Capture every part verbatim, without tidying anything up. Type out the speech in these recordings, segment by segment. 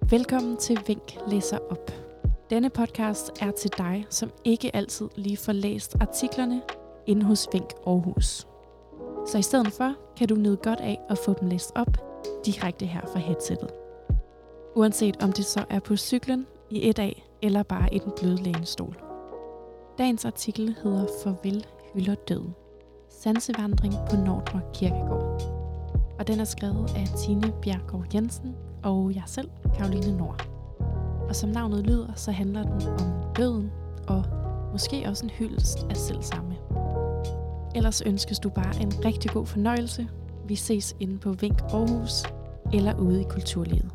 Velkommen til Vink læser op. Denne podcast er til dig, som ikke altid lige får læst artiklerne inde hos Vink Aarhus. Så i stedet for kan du nyde godt af at få dem læst op direkte her fra headsettet. Uanset om det så er på cyklen, i et af eller bare i den bløde lænestol. Dagens artikel hedder Farvel hylder døden. Sansevandring på Nordre Kirkegård. Og den er skrevet af Tine Bjergård Jensen og jeg selv, Caroline Nord. Og som navnet lyder, så handler den om døden og måske også en hyldest af selvsamme. Ellers ønskes du bare en rigtig god fornøjelse. Vi ses inde på Vink Aarhus eller ude i kulturlivet.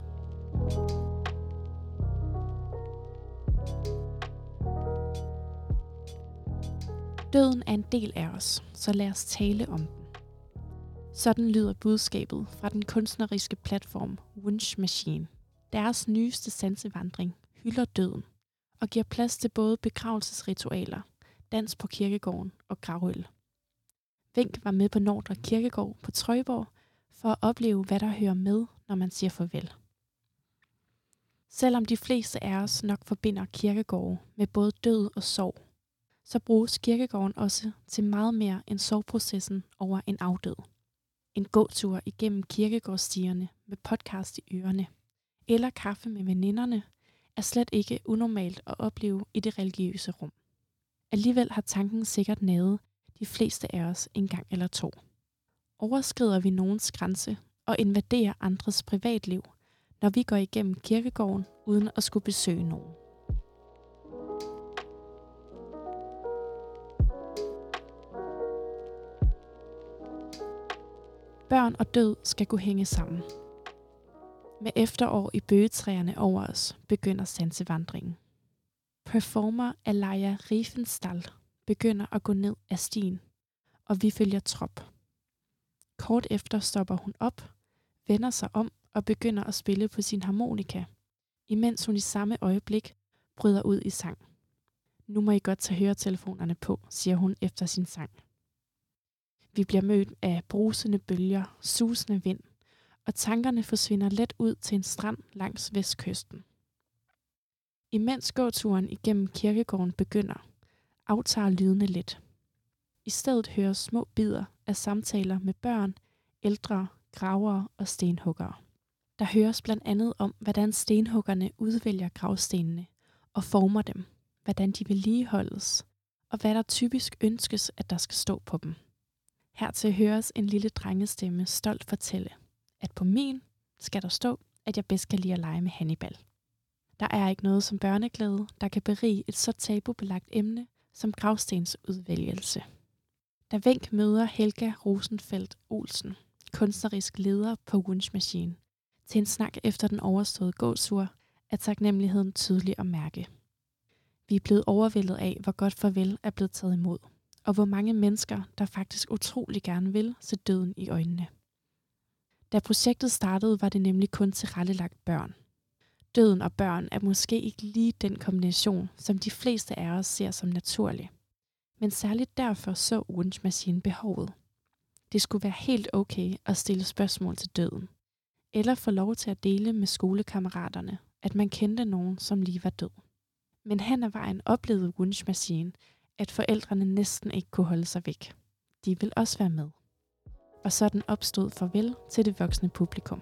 Døden er en del af os, så lad os tale om den. Sådan lyder budskabet fra den kunstneriske platform Wunsch Machine. Deres nyeste sansevandring hylder døden og giver plads til både begravelsesritualer, dans på kirkegården og gravøl. Vink var med på Nordre Kirkegård på Trøjborg for at opleve, hvad der hører med, når man siger farvel. Selvom de fleste af os nok forbinder kirkegårde med både død og sorg, så bruges kirkegården også til meget mere end sorgprocessen over en afdød. En gåtur igennem kirkegårdsstierne med podcast i ørerne, eller kaffe med veninderne, er slet ikke unormalt at opleve i det religiøse rum. Alligevel har tanken sikkert naget de fleste af os en gang eller to. Overskrider vi nogens grænse og invaderer andres privatliv, når vi går igennem kirkegården uden at skulle besøge nogen? Børn og død skal kunne hænge sammen. Med efterår i bøgetræerne over os begynder sansevandringen. Performer Alaya Riefenstahl begynder at gå ned ad stien, og vi følger trop. Kort efter stopper hun op, vender sig om og begynder at spille på sin harmonika, imens hun i samme øjeblik bryder ud i sang. Nu må I godt tage høretelefonerne på, siger hun efter sin sang. Vi bliver mødt af brusende bølger, susende vind, og tankerne forsvinder let ud til en strand langs vestkysten. Imens gåturen igennem kirkegården begynder, aftager lydene lidt. I stedet høres små bidder af samtaler med børn, ældre, gravere og stenhuggere. Der høres blandt andet om, hvordan stenhuggerne udvælger gravstenene og former dem, hvordan de vedligeholdes, og hvad der typisk ønskes, at der skal stå på dem. Hertil høres en lille drengestemme stolt fortælle, at på min skal der stå, at jeg bedst kan lide at lege med Hannibal. Der er ikke noget som børneglæde, der kan berige et så tabubelagt emne som gravstens udvælgelse. Da Vink møder Helga Rosenfeldt Olsen, kunstnerisk leder på Wunsch Machine, til en snak efter den overståede gåtur, er taknemmeligheden tydelig at mærke. Vi er blevet overvældet af, hvor godt farvel er blevet taget imod, og hvor mange mennesker, der faktisk utrolig gerne vil se døden i øjnene. Da projektet startede, var det nemlig kun tilrettelagt børn. Døden og børn er måske ikke lige den kombination, som de fleste af os ser som naturlig. Men særligt derfor så Wunsch Machine behovet. Det skulle være helt okay at stille spørgsmål til døden, eller få lov til at dele med skolekammeraterne, at man kendte nogen, som lige var død. Men hen ad vejen oplevede Wunsch Machine, at forældrene næsten ikke kunne holde sig væk. De ville også være med. Og sådan opstod farvel til det voksne publikum.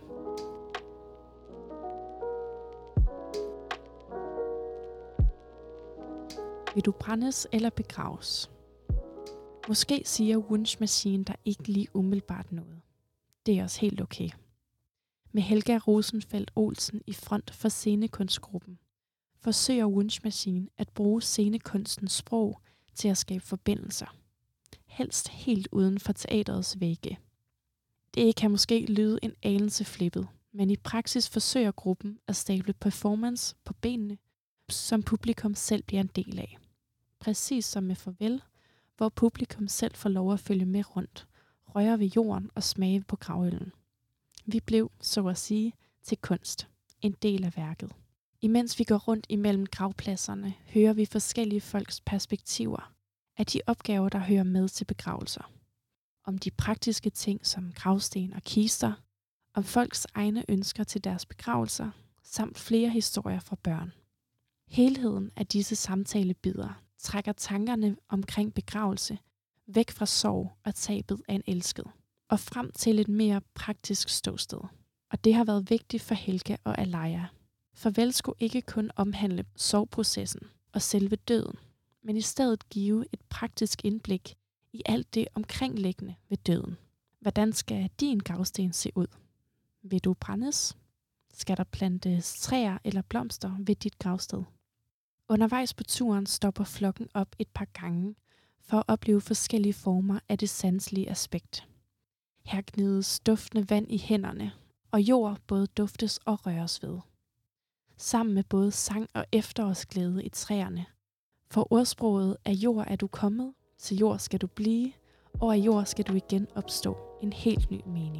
Vil du brændes eller begraves? Måske siger Wunsch Machine der ikke lige umiddelbart noget. Det er også helt okay. Med Helga Rosenfeldt Olsen i front for scenekunstgruppen, forsøger Wunsch Machine at bruge scenekunstens sprog til at skabe forbindelser. Helst helt uden for teaterets vægge. Det kan måske lyde en anelse flippet, men i praksis forsøger gruppen at stable performance på benene, som publikum selv bliver en del af. Præcis som med farvel, hvor publikum selv får lov at følge med rundt, røre ved jorden og smage på gravøllen. Vi blev, så at sige, til kunst, en del af værket. Imens vi går rundt imellem gravpladserne, hører vi forskellige folks perspektiver af de opgaver, der hører med til begravelser. Om de praktiske ting som gravsten og kister, om folks egne ønsker til deres begravelser, samt flere historier fra børn. Helheden af disse samtalebidder trækker tankerne omkring begravelse væk fra sorg og tabet af en elsket, og frem til et mere praktisk ståsted. Og det har været vigtigt for Helga og Alaya. Farvel skulle ikke kun omhandle sorgprocessen og selve døden, men i stedet give et praktisk indblik i alt det omkringliggende ved døden. Hvordan skal din gravsten se ud? Vil du brændes? Skal der plantes træer eller blomster ved dit gravsted? Undervejs på turen stopper flokken op et par gange for at opleve forskellige former af det sanselige aspekt. Her gnides duftende vand i hænderne, og jord både duftes og røres ved. Sammen med både sang og efterårsglæde i træerne, for ordsproget af jord er du kommet, til jord skal du blive, og af jord skal du igen opstå, en helt ny mening.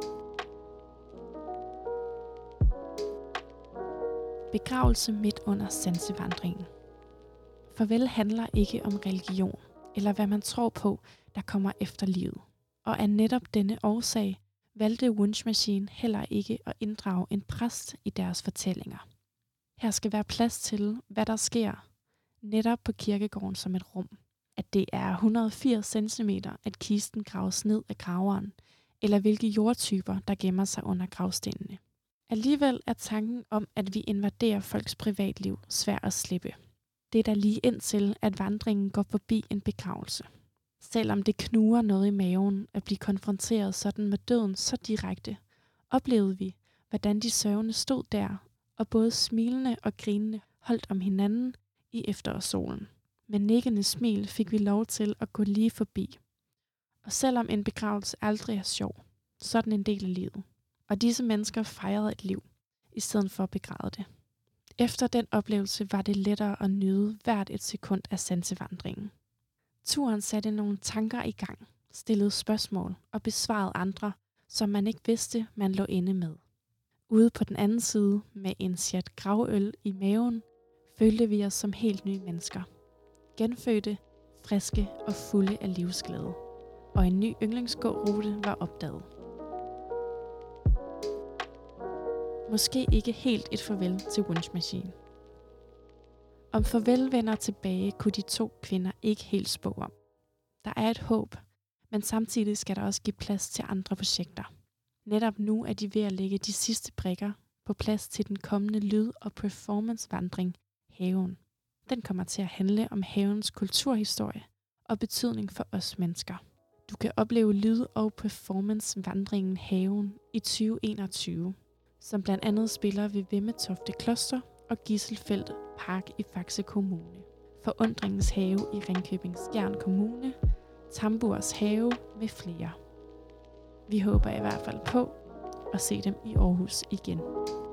Begravelse midt under sansevandringen. Farvel handler ikke om religion, eller hvad man tror på, der kommer efter livet. Og af netop denne årsag valgte Wunsch Machine heller ikke at inddrage en præst i deres fortællinger. Her skal være plads til, hvad der sker, netop på kirkegården som et rum. At det er et hundrede og firs centimeter, at kisten graves ned af graveren, eller hvilke jordtyper, der gemmer sig under gravstenene. Alligevel er tanken om, at vi invaderer folks privatliv, svær at slippe. Det er der lige indtil, at vandringen går forbi en begravelse. Selvom det knuger noget i maven at blive konfronteret sådan med døden så direkte, oplevede vi, hvordan de sørgende stod der, og både smilende og grinende holdt om hinanden i efterårssolen. Med nikkende smil fik vi lov til at gå lige forbi. Og selvom en begravelse aldrig er sjov, så er den en del af livet. Og disse mennesker fejrede et liv, i stedet for at begræde det. Efter den oplevelse var det lettere at nyde hvert et sekund af sansevandringen. Turen satte nogle tanker i gang, stillede spørgsmål og besvarede andre, som man ikke vidste, man lå inde med. Ude på den anden side, med en sjat gravøl i maven, følte vi os som helt nye mennesker. Genfødte, friske og fulde af livsglæde. Og en ny yndlingsgårute var opdaget. Måske ikke helt et farvel til Wunsch Machine. Om farvel vender tilbage, kunne de to kvinder ikke helt spå om. Der er et håb, men samtidig skal der også give plads til andre projekter. Netop nu er de ved at lægge de sidste brikker på plads til den kommende lyd- og performancevandring Haven. Den kommer til at handle om havens kulturhistorie og betydning for os mennesker. Du kan opleve lyd- og performancevandringen Haven i tyve enogtyve, som blandt andet spiller ved Vemmetofte Kloster og Gisselfeldt Park i Faxe Kommune, Forundringens Have i Ringkøbing Skjern Kommune, Tamburs Have med flere. Vi håber i hvert fald på at se dem i Aarhus igen.